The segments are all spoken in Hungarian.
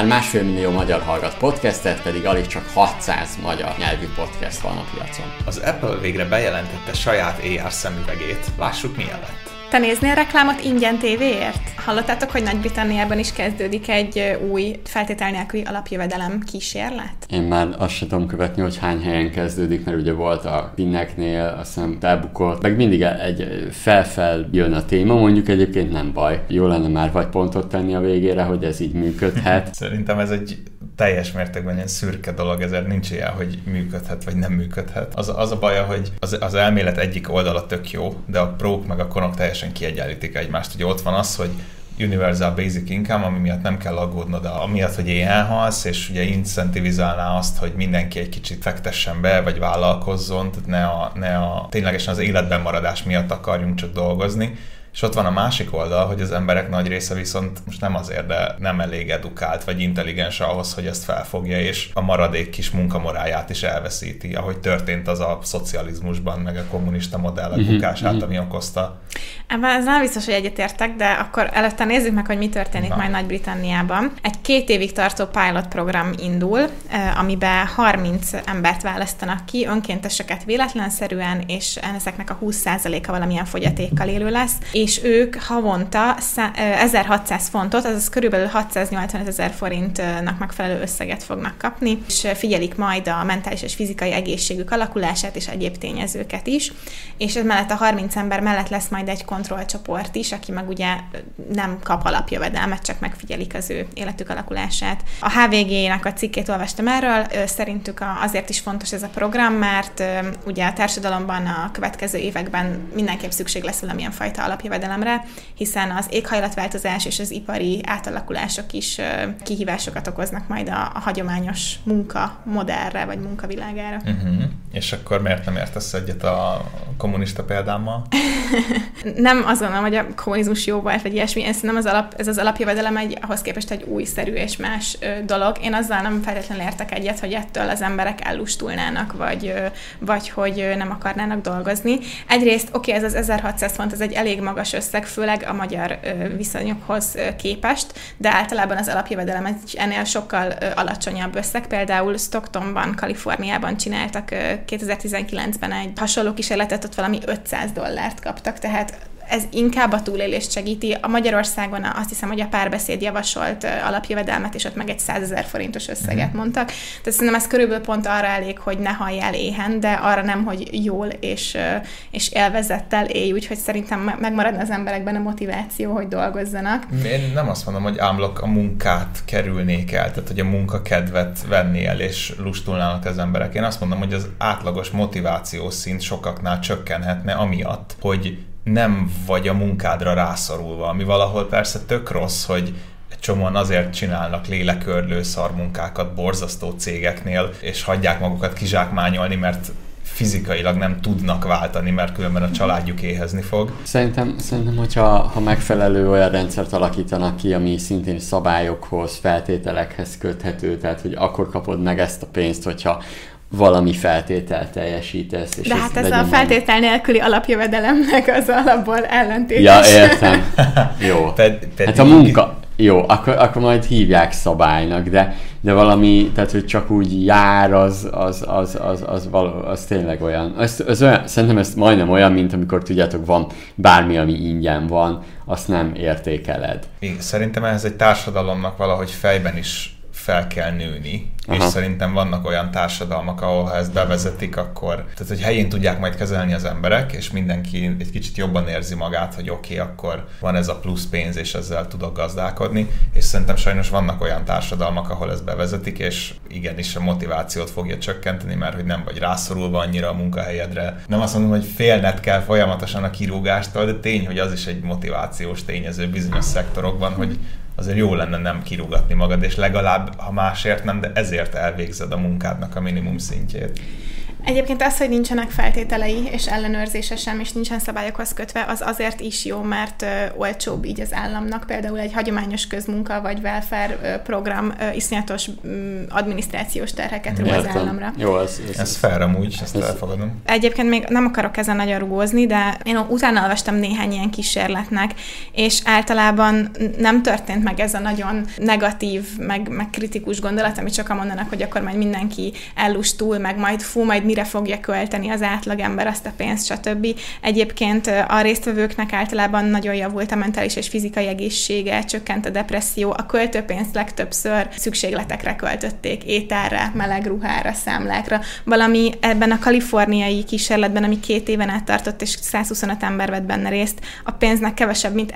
Már 1,5 millió magyar hallgat podcastet, pedig alig csak 600 magyar nyelvű podcast van a piacon. Az Apple végre bejelentette saját AR szemüvegét. Lássuk, milyen lett. Te néznél reklámot ingyen tévéért? Hallottátok, hogy Nagy-Britanniában is kezdődik egy új feltétel nélküli alapjövedelem kísérlet? Én már azt sem tudom követni, hogy hány helyen kezdődik, mert ugye volt a Pinneknél, azt hiszem elbukott, meg mindig egy felfel jön a téma, mondjuk egyébként nem baj. Jó lenne már vagy pontot tenni a végére, hogy ez így működhet. Szerintem ez egy teljes mértékben ilyen szürke dolog, ezért nincs ilyen, hogy működhet vagy nem működhet. Az a baja, hogy az elmélet egyik oldala tök jó, de a prók meg a konok teljesen kiegyenlítik egymást. Ugye ott van az, hogy Universal Basic Income, ami miatt nem kell aggódnod, amiatt, hogy éhen halsz, és ugye incentivizálná azt, hogy mindenki egy kicsit fektessen be, vagy vállalkozzon, tehát ténylegesen az életben maradás miatt akarjunk csak dolgozni. És ott van a másik oldal, hogy az emberek nagy része viszont most nem azért, de nem elég edukált vagy intelligens ahhoz, hogy ezt felfogja, és a maradék kis munkamoráját is elveszíti, ahogy történt az a szocializmusban, meg a kommunista modellek bukását, ami okozta. Ebben ez nem biztos, hogy egyetértek, de akkor előtte nézzük meg, hogy mi történik majd Nagy-Britanniában. Egy 2 évig tartó pilot program indul, amiben 30 embert választanak ki, önkénteseket véletlenszerűen, és ezeknek a 20%-a valamilyen fogyatékkal élő lesz, és ők havonta 1600 fontot, azaz körülbelül 685 000 forintnak megfelelő összeget fognak kapni, és figyelik majd a mentális és fizikai egészségük alakulását és egyéb tényezőket is, és ez mellett a 30 ember mellett lesz majd egy kontrollcsoport is, aki meg ugye nem kap alapjövedelmet, csak megfigyelik az ő életük alakulását. A HVG-nek a cikkét olvastam erről, szerintük azért is fontos ez a program, mert ugye a társadalomban a következő években mindenképp szükség lesz valamilyen fajta alapjövedelemre, hiszen az éghajlatváltozás és az ipari átalakulások is kihívásokat okoznak majd a hagyományos munkamodellre vagy munkavilágára. És akkor miért nem értesz egyet a kommunista példámmal? Nem azt gondolom, hogy a kommunizmus jó volt, vagy ilyesmi. Ez az alapjövedelem ahhoz képest egy újszerű és más dolog. Én azzal nem feltétlenül értek egyet, hogy ettől az emberek ellustulnának, vagy hogy nem akarnának dolgozni. Egyrészt, ez az 1600 font, ez egy elég magas összeg, főleg a magyar viszonyokhoz képest, de általában az alapjövedelem ennél sokkal alacsonyabb összeg. Például Stocktonban, Kaliforniában csináltak 2019-ben egy hasonló kísérletet, ott valami $500 kaptak, tehát ez inkább a túlélést segíti. A Magyarországon azt hiszem, hogy a Párbeszéd javasolt alapjövedelmet, és ott meg egy 100 000 forintos összeget mondtak. Tehát szerintem ez körülbelül pont arra elég, hogy ne halljál éhen, de arra nem, hogy jól és élvezettel élj, úgyhogy szerintem megmaradna az emberekben a motiváció, hogy dolgozzanak. Én nem azt mondom, hogy ámblok a munkát kerülnék el, tehát hogy a munkakedvet venni el, és lustulnának az emberek. Én azt mondom, hogy az átlagos motivációs szint sokaknál csökkenhetne amiatt, hogy nem vagy a munkádra rászorulva, ami valahol persze tök rossz, hogy egy csomóan azért csinálnak lélekörlő szarmunkákat borzasztó cégeknél, és hagyják magukat kizsákmányolni, mert fizikailag nem tudnak váltani, mert különben a családjuk éhezni fog. Szerintem hogyha megfelelő olyan rendszert alakítanak ki, ami szintén szabályokhoz, feltételekhez köthető, tehát hogy akkor kapod meg ezt a pénzt, hogyha valami feltételt teljesítesz. És de hát ez a feltétel nélküli alapjövedelemnek az alapból ellentétes. Ja, értem. Jó. Hát a munka... Jó, akkor majd hívják szabálynak, de valami, tehát hogy csak úgy jár, az tényleg olyan. Szerintem ez majdnem olyan, mint amikor tudjátok, van bármi, ami ingyen van, azt nem értékeled. Szerintem ez egy társadalomnak valahogy fejben is fel kell nőni, és szerintem vannak olyan társadalmak, ahol ha ezt bevezetik, akkor, tehát hogy helyén tudják majd kezelni az emberek, és mindenki egy kicsit jobban érzi magát, hogy oké, akkor van ez a plusz pénz, és ezzel tudok gazdálkodni, és szerintem sajnos vannak olyan társadalmak, ahol ezt bevezetik, és igenis a motivációt fogja csökkenteni, mert hogy nem vagy rászorulva annyira a munkahelyedre. Nem azt mondom, hogy félned kell folyamatosan a kirúgástól, de tény, hogy az is egy motivációs tényező bizonyos szektorokban, hogy azért jó lenne nem kirúgatni magad, és legalább, ha másért nem, de ezért elvégzed a munkádnak a minimum szintjét. Egyébként az, hogy nincsenek feltételei és ellenőrzése sem, és nincsen szabályokhoz kötve, az azért is jó, mert olcsóbb így az államnak. Például egy hagyományos közmunka vagy welfare program iszonyatos adminisztrációs terheket ró az államra. Jó, ez fair amúgy, ezt elfogadom. Egyébként még nem akarok ezen nagyon rugózni, de én utána olvastam néhány ilyen kísérletnek, és általában nem történt meg ez a nagyon negatív, meg kritikus gondolat, amit sokan mondanak, hogy akkor majd mindenki ellustul, meg majd mire fogja költeni az átlagember azt a pénzt, stb. Egyébként a résztvevőknek általában nagyon javult a mentális és fizikai egészsége, csökkent a depresszió, a költőpénzt legtöbbször szükségletekre költötték, ételre, meleg ruhára, számlákra. Valami ebben a kaliforniai kísérletben, ami 2 éven át tartott, és 125 ember vett benne részt, a pénznek kevesebb, mint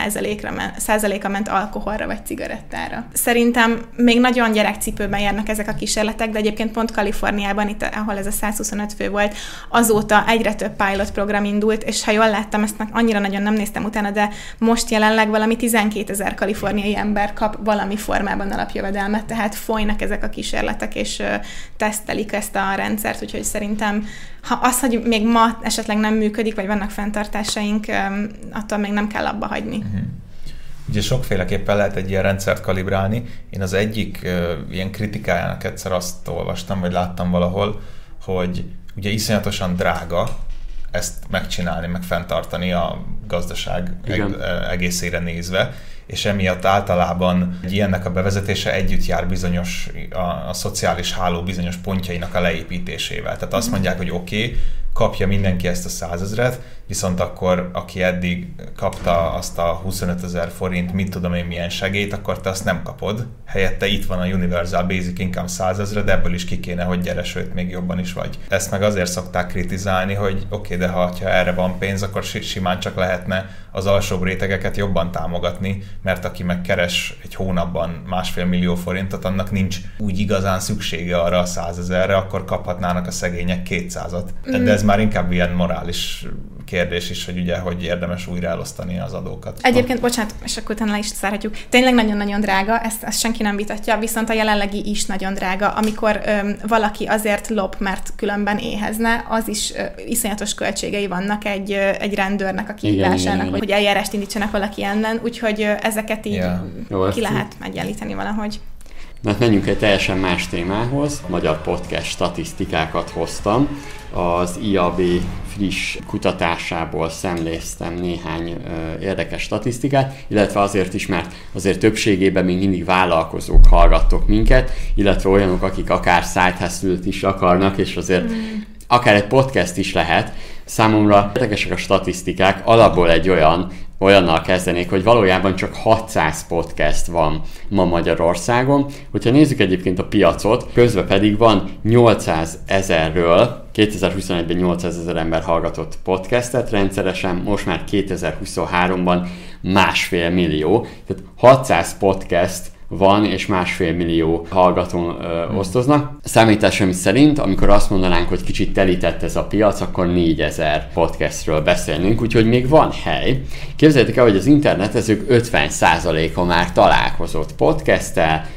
1%-a ment alkoholra vagy cigarettára. Szerintem még nagyon gyerekcipőben járnak ezek a kísérletek, de egyébként pont Kaliforniában, itt, ahol ez a 125 fő volt, azóta egyre több pilot program indult, és ha jól láttam, ezt annyira nagyon nem néztem utána, de most jelenleg valami 12 000 kaliforniai ember kap valami formában alapjövedelmet, tehát folynak ezek a kísérletek, és tesztelik ezt a rendszert, úgyhogy szerintem, ha az, hogy még ma esetleg nem működik, vagy vannak fenntartásaink, attól még nem kell abba hagyni. Uh-huh. Ugye sokféleképpen lehet egy ilyen rendszert kalibrálni. Én az egyik ilyen kritikájának egyszer azt olvastam, vagy láttam valahol, hogy ugye iszonyatosan drága ezt megcsinálni, meg fenntartani a gazdaság egészére nézve, és emiatt általában egy ilyennek a bevezetése együtt jár bizonyos, a szociális háló bizonyos pontjainak a leépítésével. Tehát azt mondják, hogy oké, kapja mindenki ezt a 100 000, viszont akkor, aki eddig kapta azt a 25 000 forint, mit tudom én milyen segélyt, akkor te azt nem kapod. Helyette itt van a Universal Basic Income 100 000, de ebből is ki kéne, hogy gyere, sőt, még jobban is vagy. Ezt meg azért szokták kritizálni, hogy oké, de ha erre van pénz, akkor simán csak lehetne az alsóbb rétegeket jobban támogatni, mert aki meg keres egy hónapban 1,5 millió forintot, annak nincs úgy igazán szüksége arra a 100 000-re, akkor kaphatnának a szegények 200-at. De ez már inkább ilyen morális kérdés is, hogy ugye, hogy érdemes újra elosztani az adókat. Egyébként, bocsánat, és akkor utána is szárhatjuk. Tényleg nagyon-nagyon drága, ezt senki nem vitatja, viszont a jelenlegi is nagyon drága. Amikor valaki azért lop, mert különben éhezne, az is iszonyatos költségei vannak egy rendőrnek a kihívásának, hogy eljárást indítsanak valaki ellen, úgyhogy ezeket így ki lehet egyenlíteni valahogy. Mert menjünk egy teljesen más témához. Magyar podcast statisztikákat hoztam. Az IAB friss kutatásából szemléztem néhány érdekes statisztikát, illetve azért is, mert azért többségében még mindig vállalkozók hallgattok minket, illetve olyanok, akik akár side hustle-t is akarnak, és azért akár egy podcast is lehet. Számomra érdekesek a statisztikák, alapból egy olyannal kezdenék, hogy valójában csak 600 podcast van ma Magyarországon. Hogyha nézzük egyébként a piacot, közben pedig van 800 000-ről, 2021-ben 800 000 ember hallgatott podcastet rendszeresen, most már 2023-ban 1,5 millió. Tehát 600 podcast van, és 1,5 millió hallgatón osztoznak. Számításom szerint, amikor azt mondanánk, hogy kicsit telített ez a piac, akkor 4000 podcastről beszélnénk, úgyhogy még van hely. Képzeljétek el, hogy az internetezők 50%-a már találkozott podcasttel,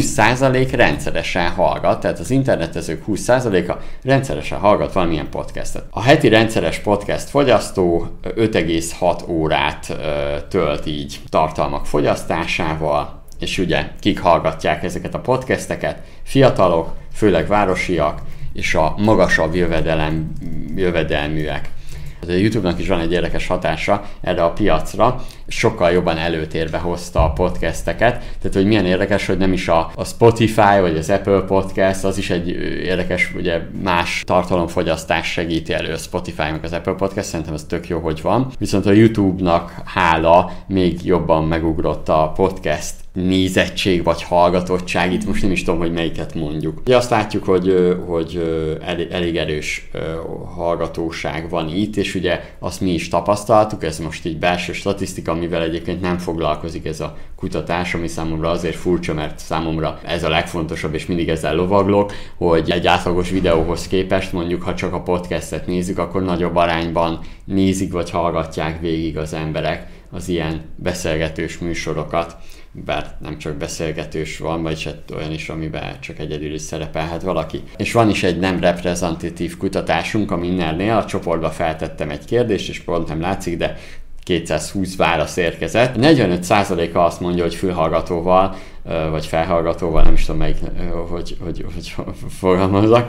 20% rendszeresen hallgat, tehát az internetezők 20%-a rendszeresen hallgat valamilyen podcastet. A heti rendszeres podcast fogyasztó 5,6 órát tölt így tartalmak fogyasztásával, és ugye kik hallgatják ezeket a podcasteket? Fiatalok, főleg városiak, és a magasabb jövedelműek. A YouTube-nak is van egy érdekes hatása erre a piacra, sokkal jobban előtérbe hozta a podcasteket, tehát hogy milyen érdekes, hogy nem is a Spotify vagy az Apple Podcast, az is egy érdekes, ugye más tartalomfogyasztás segíti elő a Spotify meg az Apple Podcast, szerintem ez tök jó, hogy van. Viszont a YouTube-nak hála még jobban megugrott a podcast nézettség vagy hallgatottság, itt most nem is tudom, hogy melyiket mondjuk. Ugye azt látjuk, hogy elég erős hallgatóság van itt, és ugye azt mi is tapasztaltuk, ez most így belső statisztika, amivel egyébként nem foglalkozik ez a kutatás, ami számomra azért furcsa, mert számomra ez a legfontosabb, és mindig ezzel lovaglok, hogy egy átlagos videóhoz képest, mondjuk ha csak a podcastet nézzük, akkor nagyobb arányban nézik vagy hallgatják végig az emberek az ilyen beszélgetős műsorokat. bár nem csak beszélgetős van, vagyis olyan is, amiben csak egyedül is szerepelhet valaki. És van is egy nem reprezentatív kutatásunk a Minnernél, a csoportba feltettem egy kérdést, és pont nem látszik, de 220 válasz érkezett. 45%-a azt mondja, hogy fülhallgatóval, vagy felhallgatóval, nem is tudom melyik, hogy fogalmazzak.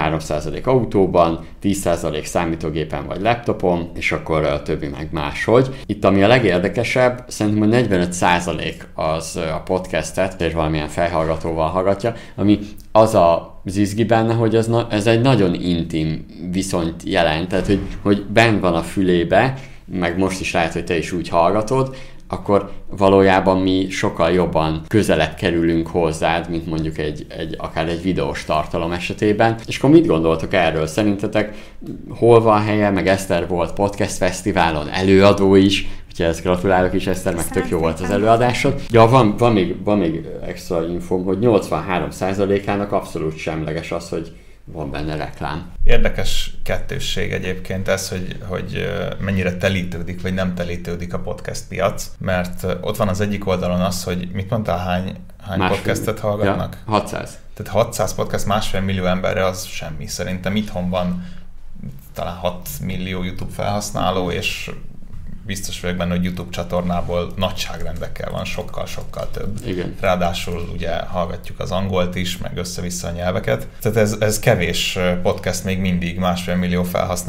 23% autóban, 10% számítógépen vagy laptopon, és akkor a többi meg máshogy. Itt ami a legérdekesebb, szerintem a 45% az a podcastet, és valamilyen felhallgatóval hallgatja, ami az az izgi benne, hogy ez egy nagyon intim viszonyt jelent, tehát hogy benn van a fülébe, meg most is lehet, hogy te is úgy hallgatod, akkor valójában mi sokkal jobban közelebb kerülünk hozzád, mint mondjuk akár egy videós tartalom esetében. És akkor mit gondoltok erről? Szerintetek hol van helye? Meg Eszter volt podcast fesztiválon, előadó is, úgyhogy ezt gratulálok is, Eszter, meg tök jó volt az előadásod. Ja, van még extra infóm, hogy 83%-ának abszolút semleges az, hogy van benne reklám. Érdekes kettősség egyébként ez, hogy mennyire telítődik, vagy nem telítődik a podcast piac, mert ott van az egyik oldalon az, hogy mit mondtál, hány podcastet hallgatnak? Ja, 600. Tehát 600 podcast 1,5 millió emberre az semmi. Szerintem itthon van talán 6 millió YouTube felhasználó, és biztos vagyok benne, hogy YouTube csatornából nagyságrendekkel van sokkal-sokkal több. Igen. Ráadásul ugye hallgatjuk az angolt is, meg össze-vissza a nyelveket. Tehát ez kevés podcast még mindig 1,5 millió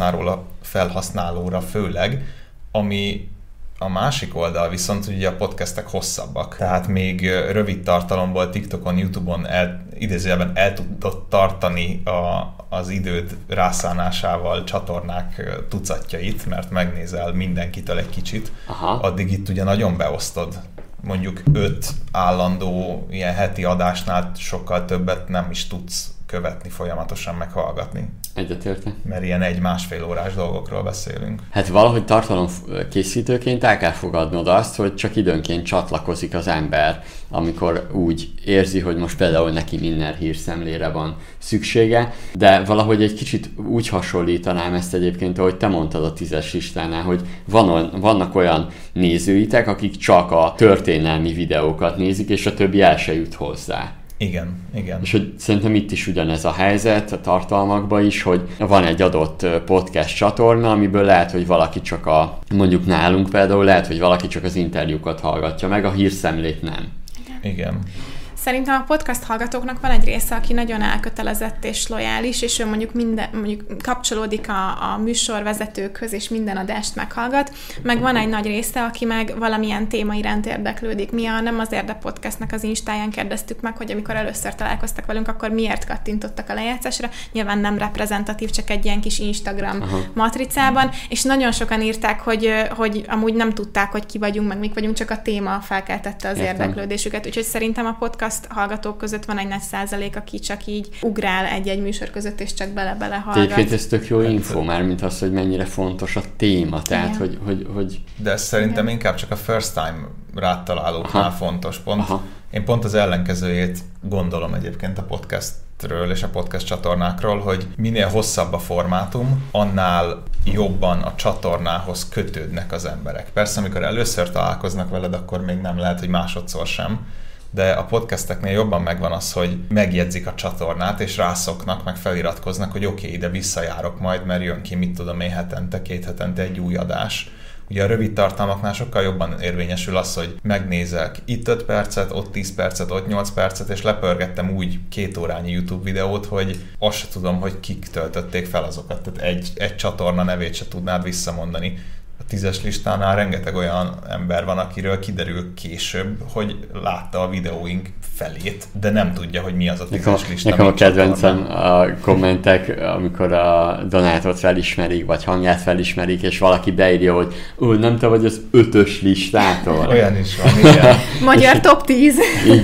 felhasználóra főleg, ami a másik oldal viszont ugye a podcastek hosszabbak. Tehát még rövid tartalomból TikTokon, YouTube-on idézőjelben el tudott tartani az időd rászánásával csatornák tucatjait, mert megnézel mindenkitől egy kicsit. Aha. Addig itt ugye nagyon beosztod. Mondjuk 5 állandó ilyen heti adásnál sokkal többet nem is tudsz követni, folyamatosan meghallgatni. Egyetértek. Mert ilyen 1-1,5 órás dolgokról beszélünk. Hát valahogy tartalomkészítőként el kell fogadnod azt, hogy csak időnként csatlakozik az ember, amikor úgy érzi, hogy most például neki Minner hírszemlére van szüksége, de valahogy egy kicsit úgy hasonlítanám ezt egyébként, ahogy te mondtad a 10-es listánál, hogy vannak olyan nézőitek, akik csak a történelmi videókat nézik, és a többi el se jut hozzá. Igen. És hogy szerintem itt is ugyanez a helyzet, a tartalmakban is, hogy van egy adott podcast csatorna, amiből lehet, hogy valaki csak mondjuk nálunk például, lehet, hogy valaki csak az interjúkat hallgatja meg, a hírszemlét nem. Igen. Szerintem a podcast hallgatóknak van egy része, aki nagyon elkötelezett és lojális, és ő mondjuk kapcsolódik a műsorvezetőkhöz, és minden adást meghallgat, meg van egy nagy része, aki meg valamilyen téma iránt érdeklődik. Mi nem az Érde Podcastnak az Instáján kérdeztük meg, hogy amikor először találkoztak velünk, akkor miért kattintottak a lejátszásra. Nyilván nem reprezentatív, csak egy ilyen kis Instagram matricában, és nagyon sokan írták, hogy amúgy nem tudták, hogy ki vagyunk, meg mik vagyunk, csak a téma felkeltette az érdeklődésüket. Úgyhogy szerintem a podcast hallgatók között van egy nagy százalék, aki csak így ugrál egy-egy műsor között, és csak bele hallgat. Egyébként ez tök jó info már, mint az, hogy mennyire fontos a téma. Tehát, hogy... De ez szerintem inkább csak a first time rátalálóknál fontos pont. Én pont az ellenkezőjét gondolom egyébként a podcastről és a podcast csatornákról, hogy minél hosszabb a formátum, annál jobban a csatornához kötődnek az emberek. Persze, amikor először találkoznak veled, akkor még nem lehet, hogy másodszor sem, de a podcasteknél jobban megvan az, hogy megjegyzik a csatornát, és rászoknak, meg feliratkoznak, hogy oké, ide visszajárok majd, mert jön ki, mit tudom én, hetente, 2 hetente egy új adás. Ugye a rövid tartalmaknál sokkal jobban érvényesül az, hogy megnézek itt 5 percet, ott 10 percet, ott 8 percet, és lepörgettem úgy 2 órányi YouTube videót, hogy azt se tudom, hogy kik töltötték fel azokat. Tehát egy csatorna nevét se tudnád visszamondani. A 10-es listánál rengeteg olyan ember van, akiről kiderül később, hogy látta a videóink felét, de nem tudja, hogy mi az a 10-es lista. Nekem a kedvencem a kommentek, amikor a Donátot felismerik, vagy hangját felismerik, és valaki beírja, hogy nem te vagy az 5-ös listától. Olyan is van, igen. Magyar top 10.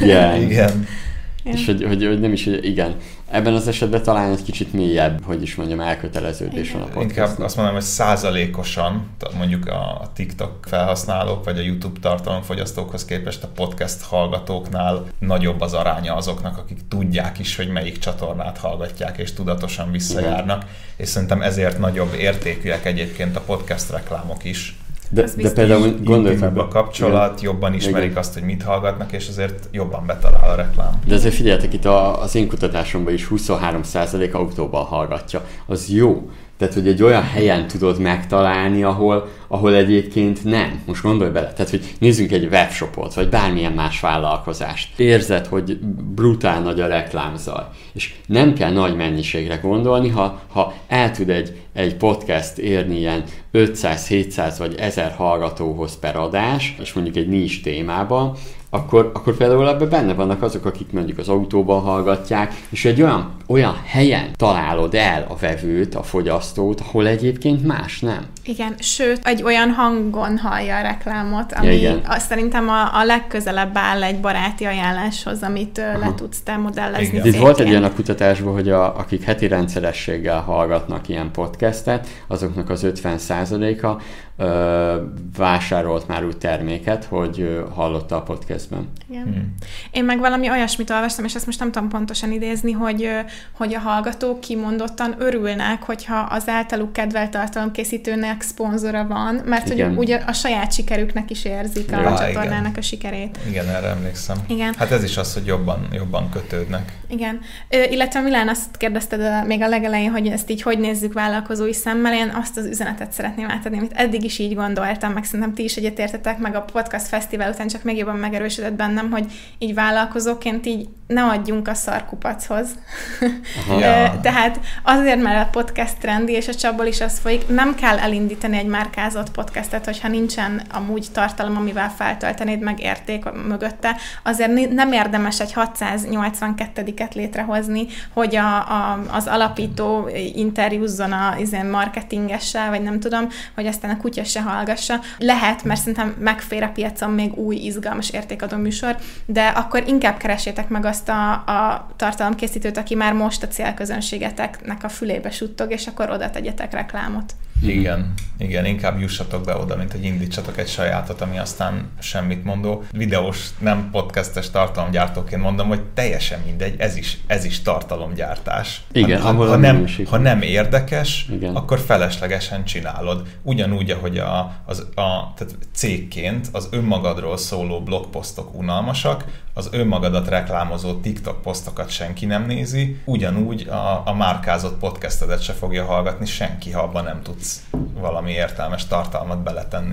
Igen. És hogy nem is, hogy igen. Ebben az esetben talán egy kicsit mélyebb, hogy is mondjam, elköteleződés van a podcastnak. Inkább azt mondom, hogy százalékosan, mondjuk a TikTok felhasználók, vagy a YouTube tartalomfogyasztókhoz képest a podcast hallgatóknál nagyobb az aránya azoknak, akik tudják is, hogy melyik csatornát hallgatják, és tudatosan visszajárnak. És szerintem ezért nagyobb értékűek egyébként a podcast reklámok is. De például intimebb a kapcsolat, jobban ismerik azt, hogy mit hallgatnak, és azért jobban betalál a reklám. De azért figyeljetek, itt az én kutatásomban is 23% autóban hallgatja. Az jó. Tehát, hogy egy olyan helyen tudod megtalálni, ahol egyébként nem. Most gondolj bele. Tehát, hogy nézzünk egy webshopot, vagy bármilyen más vállalkozást. Érzed, hogy brutál nagy a reklámzaj. És nem kell nagy mennyiségre gondolni, ha el tud egy podcast érni ilyen 500, 700 vagy 1000 hallgatóhoz per adás, és mondjuk egy niche témában, akkor például ebben benne vannak azok, akik mondjuk az autóban hallgatják, és egy olyan helyen találod el a vevőt, a fogyasztót, ahol egyébként más nem. Igen, sőt, egy olyan hangon hallja a reklámot, ami szerintem a legközelebb áll egy baráti ajánláshoz, amit le tudsz te modellezni. Itt volt egy olyan a kutatásban, hogy akik heti rendszerességgel hallgatnak ilyen podcastet, azoknak az 50%-a vásárolt már úgy terméket, hogy hallotta a podcastben. Igen. Én meg valami olyasmit olvastam, és ezt most nem tudom pontosan idézni, hogy a hallgatók kimondottan örülnek, hogyha az általuk kedvelt tartalomkészítőnek szponzora van, mert hogy ugye a saját sikerüknek is érzik a csatornának a sikerét. Igen, erre emlékszem. Igen. Hát ez is az, hogy jobban kötődnek. Igen. Illetve Milán, azt kérdezted még a legelején, hogy ezt így hogy nézzük vállalkozói szemmel, én azt az üzenetet szeretném átadni, amit eddig is így gondoltam, meg szerintem ti is egyetértetek, meg a Podcast Fesztivál után csak még jobban megerősödött bennem, hogy így vállalkozóként így ne adjunk a szarkupachoz. Tehát azért, mert a podcast trendi, és a csapból is az folyik, nem kell elindítani egy márkázott podcastet, hogyha nincsen amúgy tartalom, amivel feltöltenéd meg érték mögötte. Azért nem érdemes egy 682-et létrehozni, hogy az alapító interjúzzon a marketingessel, vagy nem tudom, hogy aztán a kutya se hallgassa. Lehet, mert szerintem megfér a piacon még új, izgalmas értékadó műsor, de akkor inkább keressétek meg azt a tartalomkészítőt, aki már most a célközönségeteknek a fülébe suttog, és akkor oda tegyetek reklámot. Igen, inkább jussatok be oda, mint hogy indítsatok egy sajátot, ami aztán semmit mondó. Videós, nem podcastes tartalomgyártóként mondom, hogy teljesen mindegy, ez is tartalomgyártás. Igen, ha nem érdekes, akkor feleslegesen csinálod. Ugyanúgy, ahogy tehát cégként az önmagadról szóló blogposztok unalmasak, az önmagadat reklámozó TikTok posztokat senki nem nézi, ugyanúgy a márkázott podcastedet se fogja hallgatni senki, ha abban nem tudsz valami értelmes tartalmat beletenni.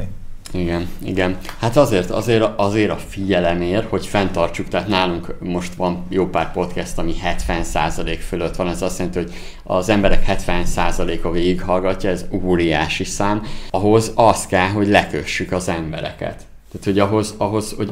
Igen. Hát azért a figyelemért, hogy fenntartsuk, tehát nálunk most van jó pár podcast, ami 70% fölött van, ez azt jelenti, hogy az emberek 70%-a végighallgatja, ez óriási szám. Ahhoz az kell, hogy lekössük az embereket. Tehát, hogy ahhoz hogy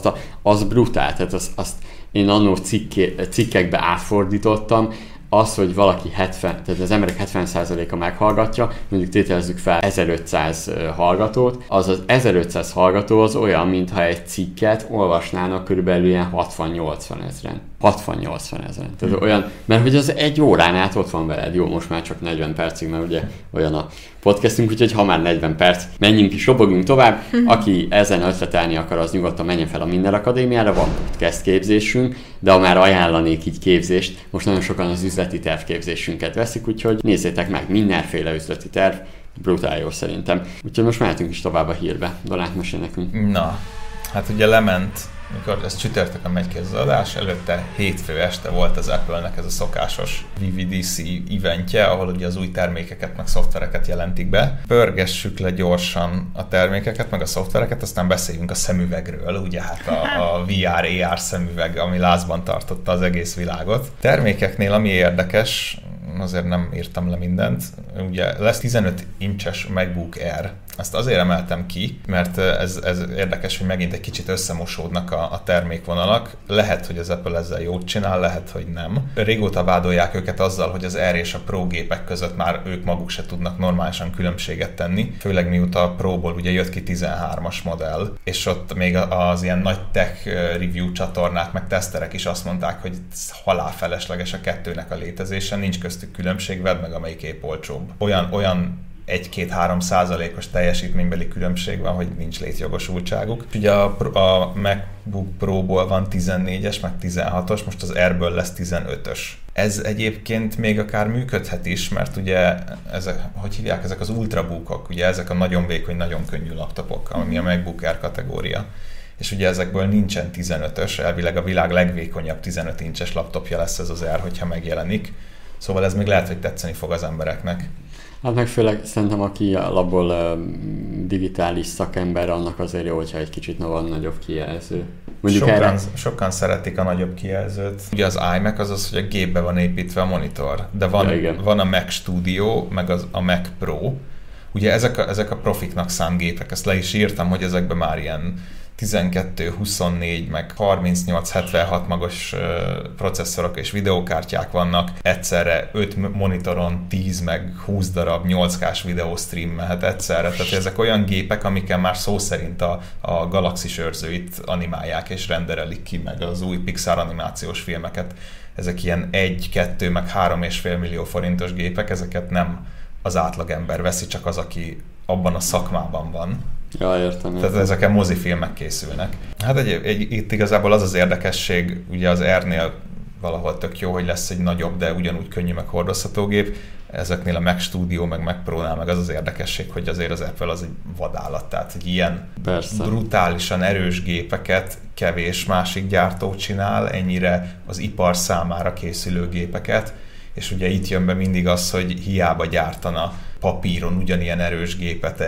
az brutál, tehát azt én annó cikkekbe átfordítottam, az, hogy valaki tehát az emberek 70%-a meghallgatja, mondjuk tételezzük fel 1500 hallgatót, az 1500 hallgató az olyan, mintha egy cikket olvasnának körülbelül ilyen 60-80 ezeren. 60-80 ezeren. Tehát olyan, mert hogy az egy órán át ott van veled. Jó, most már csak 40 percig, mert ugye olyan a podcastünk, úgyhogy ha már 40 perc, menjünk is, robogjunk tovább. Aki ezen ötletelni akar, az nyugodtan menjen fel a Minden Akadémiára, van podcast képzésünk, de ha már ajánlanék így képzést, most nagyon sokan az üzleti terv képzésünket veszik, úgyhogy nézzétek meg, mindenféle üzleti terv, brutál jó szerintem. Úgyhogy most mehetünk is tovább a hírbe. Dalát mesél nekünk. Na, hát ugye lement, mikor ez csütörtökön megy ki az adás, előtte hétfő este volt az Apple-nek ez a szokásos VVDC eventje, ahol ugye az új termékeket meg szoftvereket jelentik be. Pörgessük le gyorsan a termékeket, meg a szoftvereket, aztán beszéljünk a szemüvegről, ugye hát a VR, AR szemüveg, ami lázban tartotta az egész világot. Termékeknél, ami érdekes, azért nem írtam le mindent, ugye lesz 15 incses MacBook Air. Ezt azért emeltem ki, mert ez érdekes, hogy megint egy kicsit összemosódnak a termékvonalak. Lehet, hogy az Apple ezzel jót csinál, lehet, hogy nem. Régóta vádolják őket azzal, hogy az Air és a Pro gépek között már ők maguk se tudnak normálisan különbséget tenni. Főleg mióta a Pro-ból ugye jött ki 13-as modell, és ott még az ilyen nagy tech review csatornák, meg teszterek is azt mondták, hogy halálfelesleges a kettőnek a létezése, nincs köztük különbség, vedd meg amelyik épp olcsóbb. Olyan 1-2-3% teljesítménybeli különbség van, hogy nincs létjogosultságuk. Ugye a MacBook Pro-ból van 14-es, meg 16-os, most az Airből lesz 15-ös. Ez egyébként még akár működhet is, mert ugye ezek az ultrabookok, ugye ezek a nagyon vékony, nagyon könnyű laptopok, ami a MacBook Air kategória. És ugye ezekből nincsen 15-ös, elvileg a világ legvékonyabb 15 incses laptopja lesz ez az Air, hogyha megjelenik. Szóval ez még lehet, hogy tetszeni fog az embereknek. Hát meg főleg szerintem, aki alapból digitális szakember, annak azért jó, hogyha egy kicsit van nagyobb kijelző. Sokan szeretik a nagyobb kijelzőt. Ugye az iMac az, hogy a gépbe van építve a monitor, de van a Mac Studio, meg a Mac Pro. Ugye ezek a profiknak szánt gépek, ezt le is írtam, hogy ezekben már ilyen 12, 24, meg 38, 76 magos processzorok és videókártyák vannak. Egyszerre 5 monitoron 10 meg 20 darab 8K-s videóstream mehet egyszerre. Tehát ezek olyan gépek, amikkel már szó szerint a Galaxis őrzőit animálják és renderelik ki, meg az új Pixar animációs filmeket. Ezek ilyen 1, 2, meg 3,5 millió forintos gépek, ezeket nem az átlagember veszi, csak az, aki abban a szakmában van. Ja, értem. Tehát ezeken mozifilmek készülnek. Hát itt igazából az érdekesség, ugye az Airnél valahol tök jó, hogy lesz egy nagyobb, de ugyanúgy könnyű meg hordozható gép. Ezeknél a Mac Studio, meg Mac Pro-nál meg az érdekesség, hogy azért az Apple az egy vadállat. Tehát, hogy ilyen brutálisan erős gépeket kevés másik gyártó csinál, ennyire az ipar számára készülő gépeket. És ugye itt jön be mindig az, hogy hiába gyártana papíron ugyanilyen erős gépet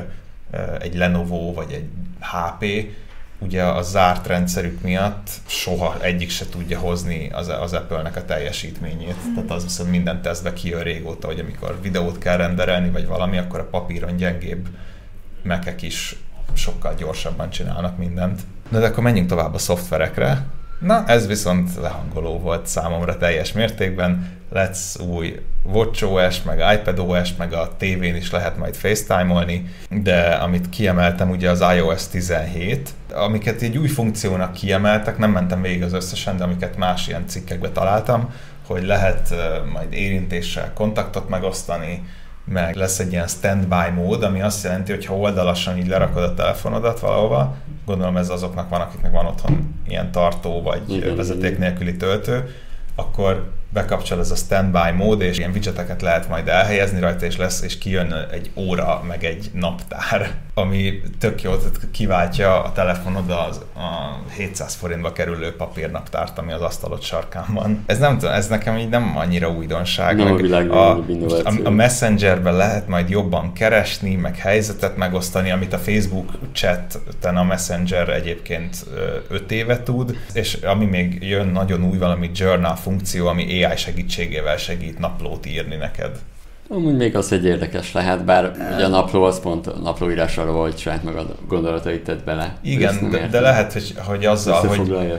egy Lenovo vagy egy HP, ugye a zárt rendszerük miatt soha egyik se tudja hozni az Apple-nek a teljesítményét. Tehát az viszont minden tesztbe kijön régóta, hogy amikor videót kell renderelni, vagy valami, akkor a papíron gyengébb Mac-ek is sokkal gyorsabban csinálnak mindent. De akkor menjünk tovább a szoftverekre. Na, ez viszont lehangoló volt számomra teljes mértékben. Lesz új WatchOS, meg iPadOS, meg a tévén is lehet majd FaceTime-olni, de amit kiemeltem ugye az iOS 17, amiket egy új funkciónak kiemeltek, nem mentem végig az összesen, de amiket más ilyen cikkekbe találtam, hogy lehet majd érintéssel kontaktot megosztani, meg lesz egy ilyen standby mód, ami azt jelenti, hogy ha oldalasan így lerakod a telefonodat valahova, gondolom ez azoknak van, akiknek van otthon ilyen tartó, vagy vezeték nélküli töltő, akkor bekapcsol ez a standby mód, és ilyen widgeteket lehet majd elhelyezni rajta, és kijön egy óra, meg egy naptár, ami tök jó, tehát kiváltja a telefonod a 700 forintba kerülő papírnaptárt, ami az asztalod sarkán van. Ez nekem így nem annyira újdonság. Nem a Messengerben lehet majd jobban keresni, meg helyzetet megosztani, amit a Facebook chatten a Messenger egyébként 5 éve tud, és ami még jön nagyon új, valami journal funkció, ami AI segítségével segít naplót írni neked. Amúgy még az egy érdekes lehet, bár ugye a napló az pont a naplóírás arra volt, saját magad gondolatait tett bele. Igen, de lehet, hogy azzal, hogy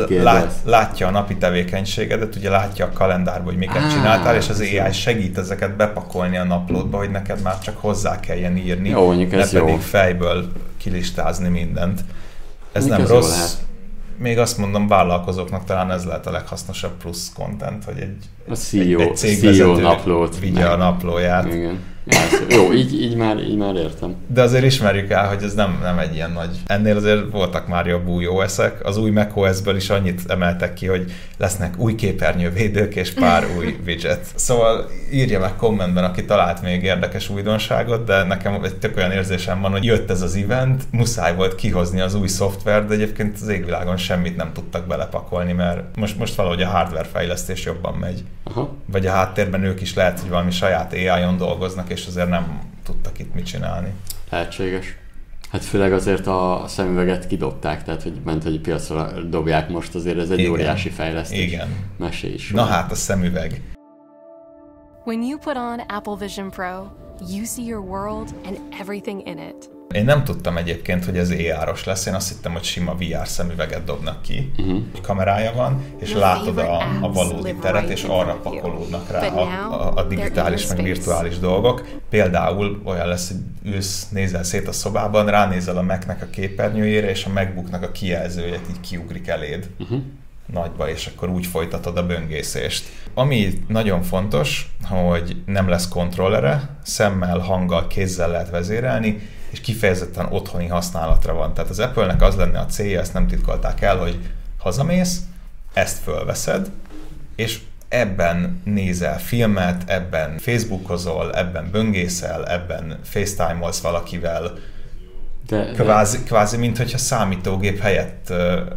látja a napi tevékenységedet, ugye látja a kalendárban, hogy miket csináltál, és az AI segít ezeket bepakolni a naplódba, hogy neked már csak hozzá kelljen írni, jó, ne pedig fejből kilistázni mindent. Ez nem rossz. Még azt mondom, vállalkozóknak talán ez lehet a leghasznosabb plusz content, hogy egy cégvezető naplót vigye a naplóját. Igen. Jó, így már értem. De azért ismerjük el, hogy ez nem egy ilyen nagy. Ennél azért voltak már jobb új OS-ek. Az új macOS-ből is annyit emeltek ki, hogy lesznek új képernyővédők és pár új widget. Szóval írja meg kommentben, aki talált még érdekes újdonságot, de nekem egy tök olyan érzésem van, hogy jött ez az event, muszáj volt kihozni az új szoftvert, de egyébként az égvilágon semmit nem tudtak belepakolni, mert most valahogy a hardware fejlesztés jobban megy. Aha. Vagy a háttérben ők is lehet, hogy valami saját AI-on dolgoznak, és azért nem tudtak itt mit csinálni. Lehetséges. Hát főleg azért a szemüveget kidobták, tehát hogy piacra dobják most, azért ez egy óriási fejlesztés. Igen. Mesélj is. Na hát a szemüveg. When you put on Apple Vision Pro, you see your world and everything in it. Én nem tudtam egyébként, hogy ez AR-os lesz, én azt hittem, hogy sima VR szemüveget dobnak ki. Kamerája van, és látod a valódi teret, és arra pakolódnak rá a digitális meg virtuális dolgok. Például olyan lesz, hogy ülsz, nézel szét a szobában, ránézel a Mac-nek a képernyőjére, és a MacBook-nak a kijelzője így kiugrik eléd. nagyba, és akkor úgy folytatod a böngészést. Ami nagyon fontos, hogy nem lesz kontrollere, szemmel, hanggal, kézzel lehet vezérelni, és kifejezetten otthoni használatra van. Tehát az Apple-nek az lenne a célja, ezt nem titkolták el, hogy hazamész, ezt fölveszed, és ebben nézel filmet, ebben Facebookozol, ebben böngészel, ebben FaceTime-olsz valakivel, kvázi mint hogyha számítógép helyett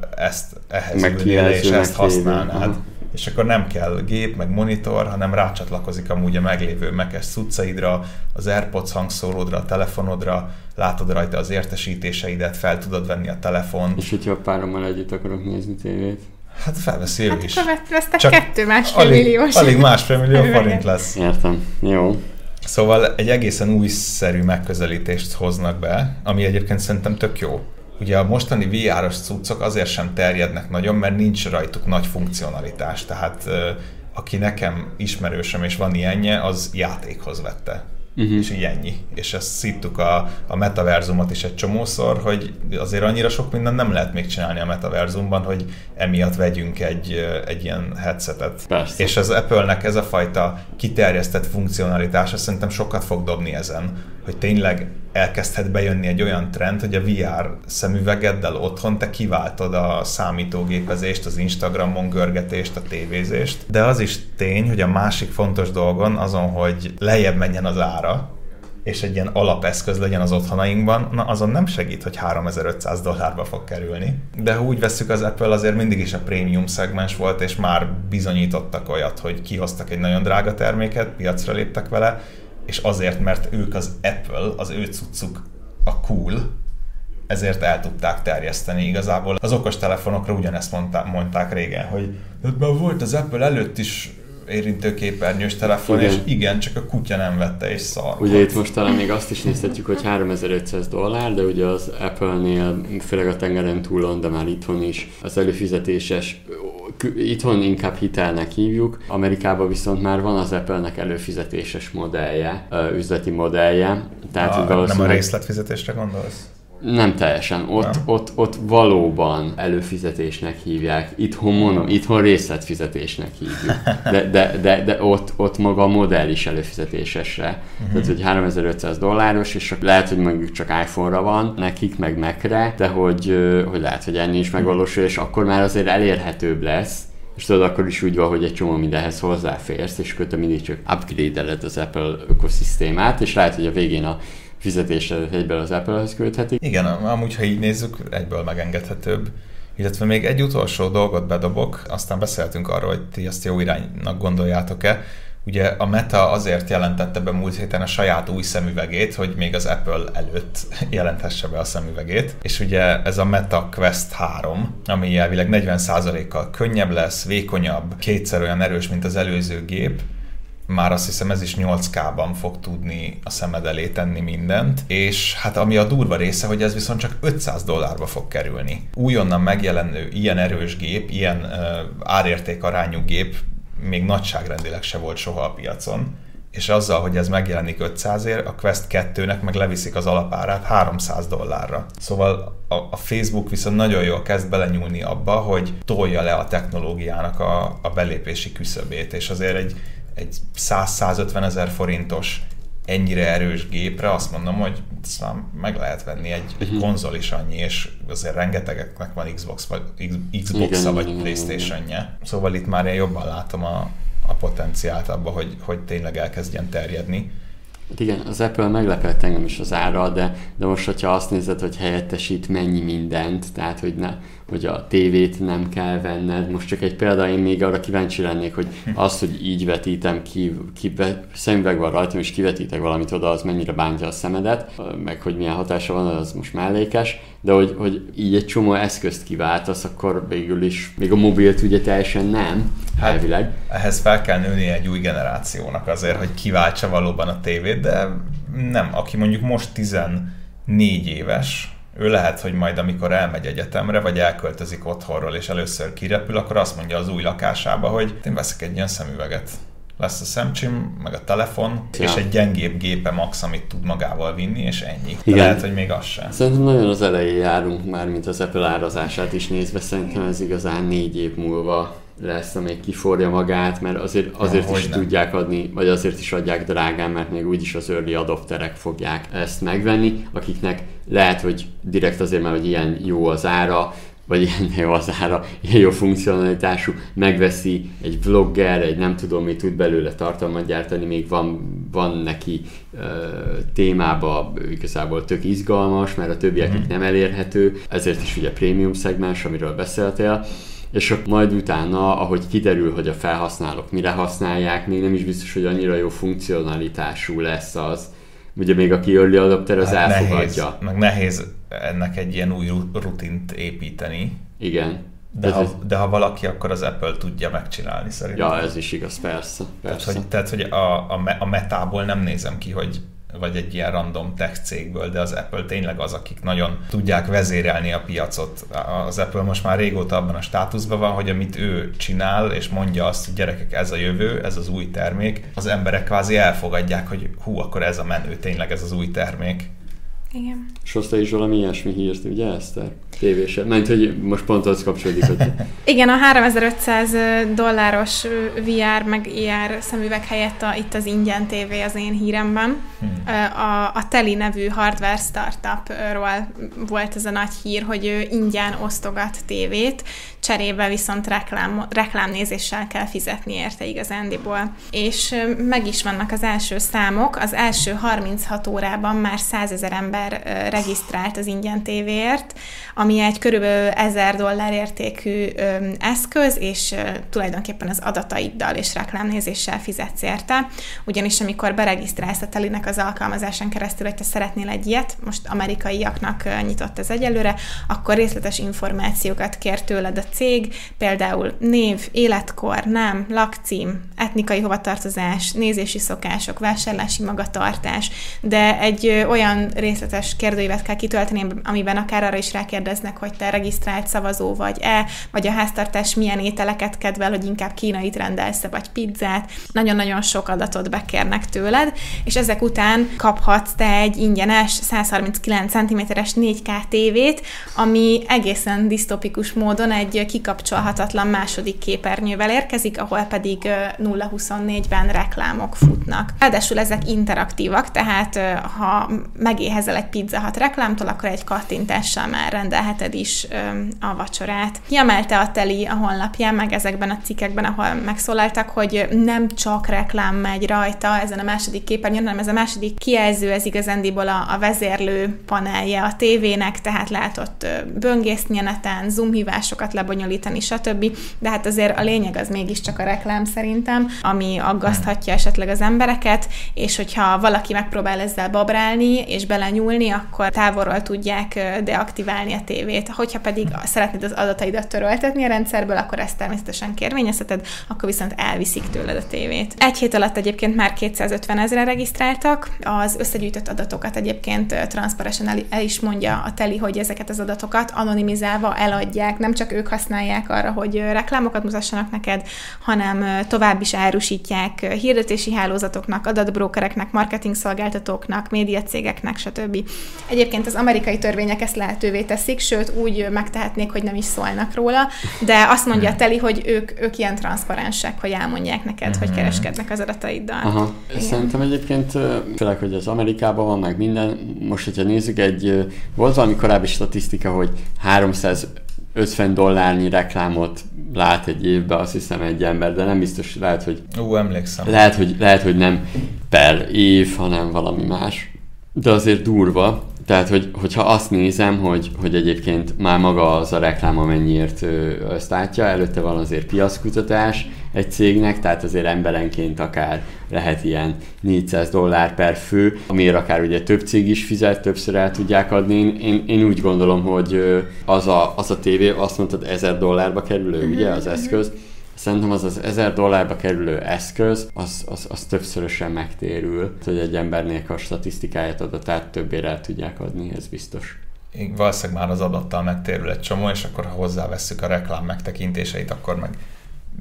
ehhez ülnél és ezt használnád. És akkor nem kell gép, meg monitor, hanem rácsatlakozik amúgy a meglévő Mac-es cuccaidra, az AirPods hangszóródra, a telefonodra, látod rajta az értesítéseidet, fel tudod venni a telefont. És hogyha a párommal együtt akarok nézni tévét? Hát felveszi ő is. Hát vesztek 2,5 milliós. Alig 1,5 millió forint lesz. Értem. Jó. Szóval egy egészen újszerű megközelítést hoznak be, ami egyébként szerintem tök jó. Ugye a mostani VR-os cuccok azért sem terjednek nagyon, mert nincs rajtuk nagy funkcionalitás. Tehát aki nekem ismerősöm és van ilyenje, az játékhoz vette. És így ennyi. És ezt szittuk a metaverzumot is egy csomószor, hogy azért annyira sok minden nem lehet még csinálni a metaverzumban, hogy emiatt vegyünk egy ilyen headsetet. Persze. És az Apple-nek ez a fajta kiterjesztett funkcionalitása szerintem sokat fog dobni ezen, hogy tényleg elkezdhet bejönni egy olyan trend, hogy a VR szemüvegeddel otthon te kiváltod a számítógépezést, az Instagramon görgetést, a tévézést. De az is tény, hogy a másik fontos dolgon azon, hogy lejjebb menjen az ára, és egy ilyen alapeszköz legyen az otthonainkban, na azon nem segít, hogy $3500 fog kerülni. De ha úgy vesszük, az Apple azért mindig is a prémium szegmens volt, és már bizonyítottak olyat, hogy kihoztak egy nagyon drága terméket, piacra léptek vele, és azért, mert ők az Apple, az ő cuccuk a cool, ezért el tudták terjeszteni. Igazából az okostelefonokra ugyanezt mondták régen, hogy már volt az Apple előtt is érintőképernyős telefon, igen. És igen, csak a kutya nem vette, és szar. Ugye itt most talán még azt is nézhetjük, hogy $3500, de ugye az Apple-nél, főleg a tengeren túlon, de már itthon is az előfizetéses, itthon inkább hitelnek hívjuk, Amerikában viszont már van az Apple-nek előfizetéses modellje, üzleti modellje. Tehát nem a részletfizetésre gondolsz? Nem teljesen. Ott valóban előfizetésnek hívják. Itthon részletfizetésnek hívjuk. De ott maga a modell is előfizetésesre. Tehát, hogy $3500, és lehet, hogy mondjuk csak iPhone-ra van nekik, meg Mac-re, de hogy lehet, hogy ennél is megvalósul, és akkor már azért elérhetőbb lesz. És tudod, akkor is úgy van, hogy egy csomó mindenhez hozzáférsz, és akkor te mindig csak upgrade-eled az Apple ökoszisztémát, és lehet, hogy a végén a fizetésedet egyből az Apple-hez küldhetik. Igen, amúgy, ha így nézzük, egyből megengedhetőbb. Illetve még egy utolsó dolgot bedobok, aztán beszéltünk arról, hogy ti ezt jó iránynak gondoljátok-e. Ugye a Meta azért jelentette be múlt héten a saját új szemüvegét, hogy még az Apple előtt jelenthesse be a szemüvegét. És ugye ez a Meta Quest 3, ami elvileg 40%-kal könnyebb lesz, vékonyabb, 2-szer olyan erős, mint az előző gép. Már azt hiszem ez is 8K-ban fog tudni a szemed elé tenni mindent, és hát ami a durva része, hogy ez viszont csak $500 fog kerülni. Újonnan megjelenő ilyen erős gép, ilyen árértékarányú gép még nagyságrendileg se volt soha a piacon, és azzal, hogy ez megjelenik 500-ért, a Quest 2-nek meg leviszik az alapárát $300. Szóval a Facebook viszont nagyon jól kezd belenyúlni abba, hogy tolja le a technológiának a belépési küszöbét, és azért egy 100-150 ezer forintos ennyire erős gépre azt mondom, hogy meg lehet venni egy konzol is annyi, és azért rengetegeknek van Xbox-a vagy PlayStation-je. Szóval itt már én jobban látom a potenciált abba, hogy tényleg elkezdjen terjedni. Igen, az Apple meglepett engem is az ára, de most, hogyha azt nézed, hogy helyettesít mennyi mindent, tehát hogy a tévét nem kell venned. Most csak egy példa, én még arra kíváncsi lennék, hogy az, hogy így vetítem, szemüveg van rajtam, és kivetítek valamit oda, az mennyire bántja a szemedet, meg hogy milyen hatása van, az most mellékes, de hogy így egy csomó eszközt kiváltasz, akkor végül is, még a mobilt ugye teljesen nem, elvileg. Ehhez fel kell nőni egy új generációnak azért, hogy kiváltsa valóban a tévét, de nem, aki mondjuk most 14 éves, ő lehet, hogy majd amikor elmegy egyetemre, vagy elköltözik otthonról, és először kirepül, akkor azt mondja az új lakásába, hogy én veszek egy ilyen szemüveget. lesz a szemcsim, meg a telefon, és egy gyengébb gépe max, amit tud magával vinni, és ennyi. Lehet, hogy még az sem. Szerintem nagyon az elején járunk már, mint az Apple árazását is nézve, szerintem ez igazán 4 év múlva lesz, amíg kiforja magát, mert azért is tudják adni, vagy azért is adják drágán, mert még úgyis az early adopterek fogják ezt megvenni, akiknek lehet, hogy direkt azért, mert hogy ilyen jó az ára, vagy ilyen jó az ára, ilyen jó funkcionalitású, megveszi egy vlogger, egy nem tudom mi, tud belőle tartalmat gyártani, még van neki témába igazából tök izgalmas, mert a többieknek nem elérhető, ezért is ugye prémium szegmens, amiről beszéltél, és majd utána, ahogy kiderül, hogy a felhasználók mire használják, még nem is biztos, hogy annyira jó funkcionalitású lesz az. Ugye még aki early adopter, az elfogadja. Nehéz ennek egy ilyen új rutint építeni. Igen. De ha valaki, akkor az Apple tudja megcsinálni szerintem. Ja, ez is igaz, persze. Tehát, hogy a metából nem nézem ki, vagy egy ilyen random tech cégből, de az Apple tényleg az, akik nagyon tudják vezérelni a piacot. Az Apple most már régóta abban a státuszban van, hogy amit ő csinál, és mondja azt, hogy gyerekek, ez a jövő, ez az új termék, az emberek kvázi elfogadják, hogy akkor ez a menő, tényleg ez az új termék. Igen. És hozta is valami ilyesmi hírt, ugye, Eszter? Tévése. Mert hogy most pont az kapcsolódik, hogy... Igen, a $3500 VR meg IR szemüveg helyett itt az ingyen tévé az én híremben. A Teli nevű hardware startupról volt ez a nagy hír, hogy ő ingyen osztogat tévét, cserébe viszont reklámnézéssel kell fizetni érte igazándiból. És meg is vannak az első számok. Az első 36 órában már 100 000 ember regisztrált az ingyen tévéért, ami egy körülbelül $1000 értékű eszköz, és tulajdonképpen az adataiddal és reklámnézéssel fizetsz érte. Ugyanis amikor beregisztrálsz a Telinek az alkalmazásán keresztül, hogy te szeretnél egy ilyet, most amerikaiaknak nyitott ez egyelőre, akkor részletes információkat kér tőled a cég, például név, életkor, nem, lakcím, etnikai hovatartozás, nézési szokások, vásárlási magatartás, de egy olyan részletes kérdőívet kell kitölteni, amiben akár arra is rákérdeznek, hogy te regisztrált szavazó vagy-e, vagy a háztartás milyen ételeket kedvel, hogy inkább kínait rendelsz-e, vagy pizzát. Nagyon-nagyon sok adatot bekérnek tőled, és ezek után kaphatsz te egy ingyenes 139 cm-es 4K tévét, ami egészen disztopikus módon egy kikapcsolhatatlan második képernyővel érkezik, ahol pedig 0-24-ben reklámok futnak. Ráadásul ezek interaktívak, tehát ha megéhezel egy Pizza Hut reklámtól, akkor egy kattintással már rendelheted is a vacsorát. Kiemelte a Teli a honlapján, meg ezekben a cikkekben, ahol megszólaltak, hogy nem csak reklám megy rajta ezen a második képernyőn, hanem ez a második kijelző, ez igazándiból a vezérlő panelje a tévének, tehát lehet ott böngészni a neten, zoomhívásokat lebonyolítani, stb. De hát azért a lényeg az mégiscsak a reklám szerintem, ami aggaszthatja esetleg az embereket, és hogyha valaki megpróbál ezzel babrálni és belenyúlni, akkor távolról tudják deaktiválni a tévét. Hogyha pedig szeretnéd az adataidat töröltetni a rendszerből, akkor ezt természetesen kérvényezheted, akkor viszont elviszik tőled a tévét. Egy hét alatt egyébként már 250 000 regisztráltak, az összegyűjtött adatokat egyébként transzparensen el is mondja a Teli, hogy ezeket az adatokat anonimizálva eladják, nem csak ők használják arra, hogy reklámokat mutassanak neked, hanem tovább is árusítják hirdetési hálózatoknak, adatbrókereknek, marketing szolgáltatóknak, médiacégeknek, stb. Egyébként az amerikai törvények ezt lehetővé teszik, sőt úgy megtehetnék, hogy nem is szólnak róla, de azt mondja a Teli, hogy ők ilyen transzparensek, hogy elmondják neked, hogy kereskednek az adataiddal. Aha. Szerintem egyébként, főleg, hogy az Amerikában van meg minden, most, hogyha nézzük, volt valami korábbi statisztika, hogy $350 reklámot lát egy évben, azt hiszem egy ember, de nem biztos, lehet, hogy... emlékszem. Lehet, hogy nem per év, hanem valami más. De azért durva. Tehát, hogyha azt nézem, hogy egyébként már maga az a reklám, amennyiért azt látja, előtte van azért piackutatás egy cégnek, tehát azért emberenként akár lehet ilyen $400 per fő, amiért akár ugye több cég is fizet, többször el tudják adni. Én úgy gondolom, hogy az a tévé, azt mondtad, $1000 kerülő, ugye, az eszköz. Szerintem az $1000 kerülő eszköz, az többszörösen megtérül, hogy egy embernél a statisztikáját, adatát többére el tudják adni, ez biztos. Valószínűleg már az adattal megtérül egy csomó, és akkor ha hozzávesszük a reklám megtekintéseit, akkor meg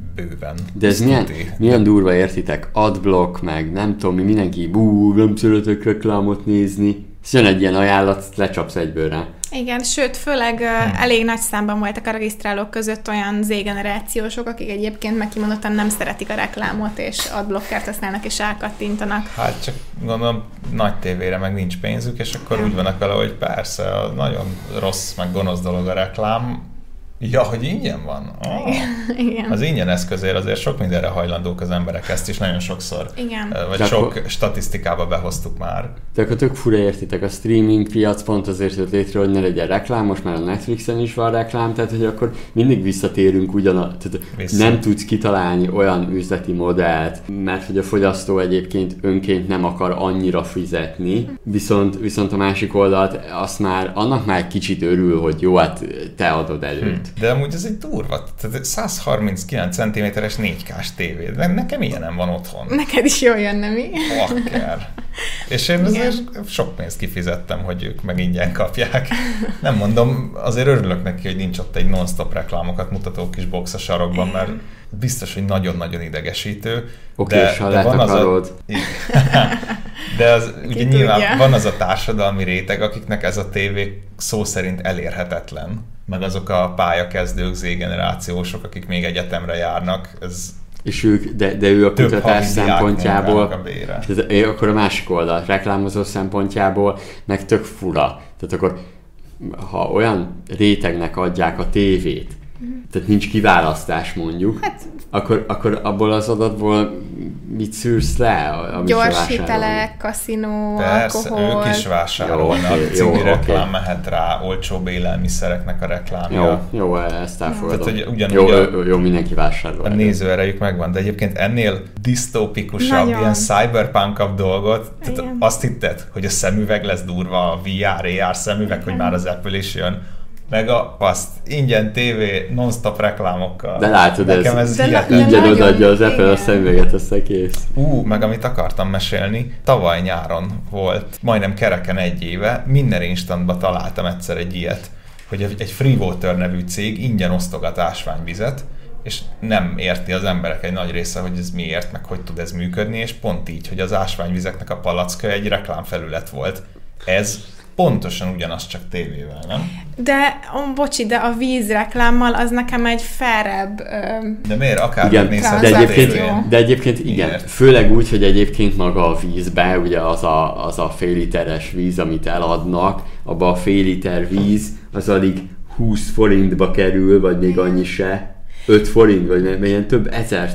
bőven. De ez milyen durva, értitek? Adblock, meg nem tudom mi, mindenki nem szeretek reklámot nézni. És jön egy ilyen ajánlat, lecsapsz egyből rá. Igen, sőt, főleg elég nagy számban voltak a regisztrálók között olyan Z-generációsok, akik egyébként meg kimondottan nem szeretik a reklámot, és adblockert használnak, és elkattintanak. Hát csak gondolom, nagy tévére meg nincs pénzük, és akkor úgy vannak vele, hogy persze, nagyon rossz, meg gonosz dolog a reklám. Ja, hogy ingyen van? Igen. Az ingyen eszközért azért sok mindenre hajlandók az emberek, ezt is nagyon sokszor. Igen. Vagy sok statisztikába behoztuk már. De akkor tök fura, értitek, a streaming piac pont azért jött létre, hogy ne legyen reklám, most már a Netflixen is van reklám, tehát hogy akkor mindig visszatérünk nem tudsz kitalálni olyan üzleti modellt, mert hogy a fogyasztó egyébként önként nem akar annyira fizetni, viszont a másik oldalt annak már kicsit örül, hogy jó, hát te adod előtt. De amúgy ez egy durva, tehát 139 cm-es 4K-s tévé, de nekem ilyenem van otthon. Neked is jól jönne, mi? Bakker. És én azért sok pénzt kifizettem, hogy ők meg ingyen kapják. Nem mondom, azért örülök neki, hogy nincs ott egy non-stop reklámokat mutató kis box a sarokban, mert biztos, hogy nagyon-nagyon idegesítő. És ha letakarod. De ugye nyilván van az a társadalmi réteg, akiknek ez a tévé szó szerint elérhetetlen. Meg azok a pályakezdők, Z-generációsok, akik még egyetemre járnak. És de ő a kutatás szempontjából, akkor a másik oldal, reklámozó szempontjából meg tök fura. Tehát akkor, ha olyan rétegnek adják a tévét, tehát nincs kiválasztás mondjuk, akkor abból az adatból mit szűrsz le? Gyors hitelek, kaszinó, persze, alkohol. Ők is vásárolnak, című reklám mehet rá, olcsóbb élelmiszereknek a reklámja. Jó, ezt elfogadom. Tehát, hogy ugyanúgy jó, mindenki vásárol. A nézőerejük megvan, de egyébként ennél disztópikusabb, ilyen cyberpunkabb dolgot, tehát azt hitted, hogy a szemüveg lesz durva, a VR, AR szemüveg, hogy már az Apple is jön, meg azt ingyen tévé, non-stop reklámokkal. De látod, ez ingyen odaadja az Apple a szemüveget, aztán kész. Meg amit akartam mesélni, tavaly nyáron volt, majdnem kereken 1 éve, minden instantban találtam egyszer egy ilyet, hogy egy Freewater nevű cég ingyen osztogat ásványvizet, és nem érti az emberek egy nagy része, hogy ez miért, meg hogy tud ez működni, és pont így, hogy az ásványvizeknek a palacka egy reklámfelület volt. Ez pontosan ugyanaz, csak tévével, nem? De a vízreklámmal az nekem egy fairebb De miért? Akár nézhet de egyébként igen. Miért? Főleg úgy, hogy egyébként maga a vízbe, ugye az a fél literes víz, amit eladnak, abba a fél liter víz, az alig 20 forintba kerül, vagy még annyi se. 5 forint, vagy ilyen több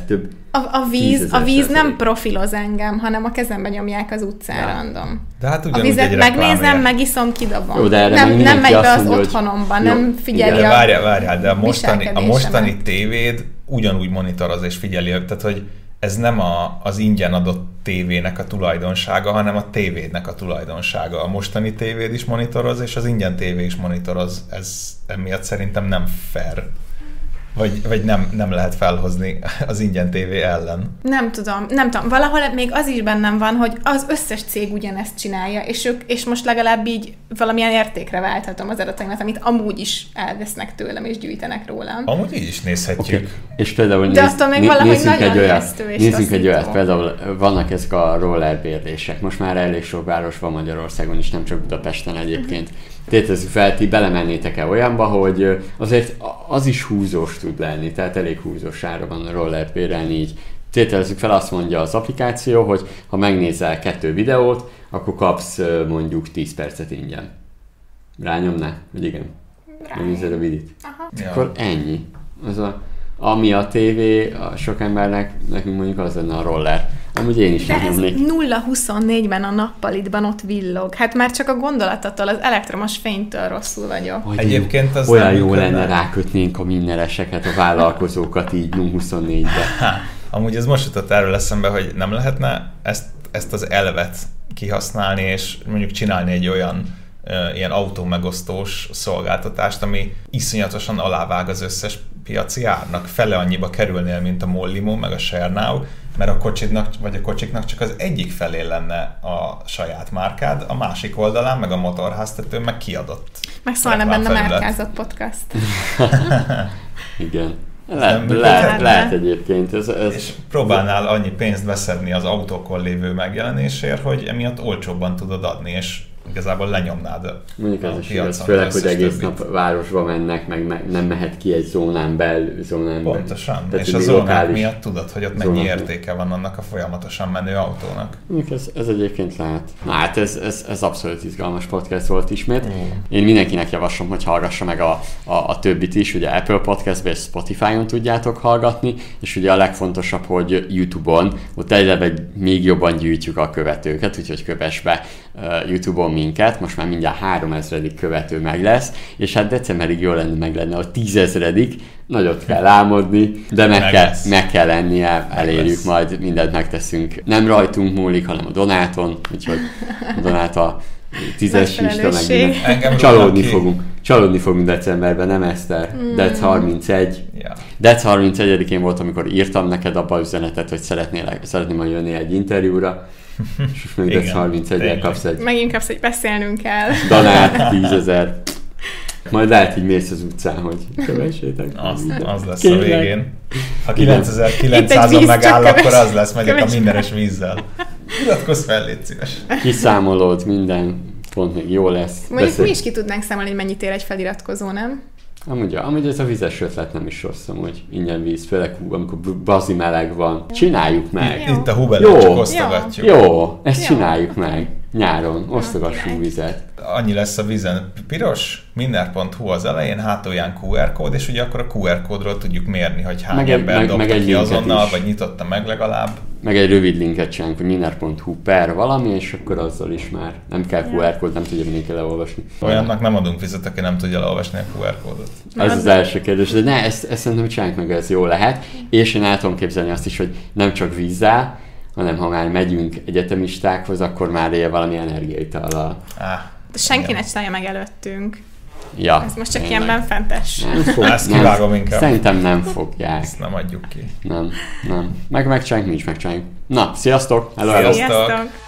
A víz nem profiloz engem, hanem a kezembe nyomják az utcán random. De hát a vizet megnézem, megiszom, kidomom. Jó, nem megy be az otthonomban, nem figyeli Várjál, de a mostani tévéd ugyanúgy monitoroz és figyeli, tehát hogy ez nem az ingyen adott tévének a tulajdonsága, hanem a tévédnek a tulajdonsága. A mostani tévéd is monitoroz, és az ingyen tévé is monitoroz. Ez emiatt szerintem nem fair. Vagy nem lehet felhozni az ingyen tévé ellen. Nem tudom. Valahol még az is bennem van, hogy az összes cég ugyanezt csinálja, és most legalább így valamilyen értékre válthatom az adataimat, amit amúgy is elvesznek tőlem, és gyűjtenek rólam. Amúgy így is nézhetjük. Okay. És például de attól még valahogy nagyon ijesztő és nézzünk egy olyat, például vannak ezek a rollerbérlések. Most már elég sok város van Magyarországon is, nem csak Budapesten egyébként. Tételezzük fel, ti belemennétek-e olyanba, hogy azért az is húzós tud lenni, tehát elég húzós ára van a rollerbérelni így. Tételezzük fel, azt mondja az applikáció, hogy ha megnézel 2 videót, akkor kapsz mondjuk 10 percet ingyen. Rányomná? Vagy igen? Megnézed a videót. Akkor ennyi. Ami a tévé, a sok embernek, nekünk mondjuk az lenne a roller. Amúgy én is nyomnék. De ez 0-24-ben a nappalitban ott villog. Hát már csak a gondolattól, az elektromos fénytől rosszul vagyok. Egyébként az olyan jó lenne rákötnénk a mindeneseket, a vállalkozókat így 0-24-be. Amúgy ez most jutott erről eszembe, hogy nem lehetne ezt az elvet kihasználni, és mondjuk csinálni egy olyan ilyen autómegosztós szolgáltatást, ami iszonyatosan alávág az összes piaci árnak. Fele annyiba kerülnél, mint a Mollimo, meg a ShareNow, mert a kocsiknak csak az egyik felé lenne a saját márkád, a másik oldalán, meg a motorháztetőn, meg kiadott. Meg szólna benne márkázott podcast. Igen. Lehet egyébként. És próbálnál annyi pénzt beszedni az autókon lévő megjelenésért, hogy emiatt olcsóbban tudod adni, és igazából lenyomnád mondjuk az is igaz, főleg, hogy egész nap városba mennek, meg nem mehet ki egy zónán belül. Pontosan, és a zónák miatt tudod, hogy ott mennyi értéke van annak a folyamatosan menő autónak. Ez egyébként lehet. Na hát ez abszolút izgalmas podcast volt ismét. Én mindenkinek javaslom, hogy hallgassa meg a többit is, ugye Apple Podcast-ben és Spotify-on tudjátok hallgatni, és ugye a legfontosabb, hogy YouTube-on, ott egyre még jobban gyűjtjük a követőket, úgyhogy kövess be YouTube-on minket, most már mindjárt 3000. követő meg lesz, és hát decemberig jól meg lenne a 10.000. Nagyot kell álmodni, de meg kell lennie, elérjük, majd mindent megteszünk. Nem rajtunk múlik, hanem a Donáton, úgyhogy a Donát a 10-es lista, meg csalódni fogunk decemberben, nem Eszter? Dec 31. Yeah. Dec 31-én volt, amikor írtam neked abba üzenetet, hogy szeretném majd jönni egy interjúra, és most még Dec 31-en kapsz egy... Megint kapsz egy beszélnünk kell. Donát, 10.000. Majd lehet, hogy mész az utcán, hogy kövessétek. Az lesz a végén. Ha 9900-on megáll, akkor az lesz, megyek a mindenes vízzel. Iratkozz fel, légy szíves. Kiszámolod, minden pont még jó lesz. Mondjuk mi is ki tudnánk számolni, hogy mennyit ér egy feliratkozó, nem? Amúgy ez a vizes ötlet nem is rossz, hogy ingyen víz, főleg amikor bazi meleg van. Csináljuk meg! Jó. Itt a Hubelőt csak osztogatjuk. Jó, ezt csináljuk meg. Nyáron, osztogassunk vizet. Annyi lesz a vízen. Piros, minden.hu az elején, hátulján QR kód, és ugye akkor a QR kódról tudjuk mérni, hogy hány ember dobta ki azonnal, vagy nyitotta meg legalább. Meg egy rövid linket csinálunk, hogy minden.hu per valami, és akkor azzal is már nem kell QR kód, nem tudja mindenki leolvasni. Olyannak nem adunk vizet, aki nem tudja leolvasni a QR kódot. Ez az első kérdés, de ne, ezt szerintem csináljuk meg, ez jó lehet. És én el tudom képzelni azt is, hogy nem csak vízzel, hanem ha már megyünk egyetemistákhoz, akkor már él valami energiaitallal. Senki ne csinálja meg előttünk. Ja, ez most csak ilyen benfentes. Ezt kivágom inkább. Szerintem nem fogják. Ezt nem adjuk ki. Nem. Megcsináljuk, mi is megcsináljuk. Na, sziasztok! Sziasztok!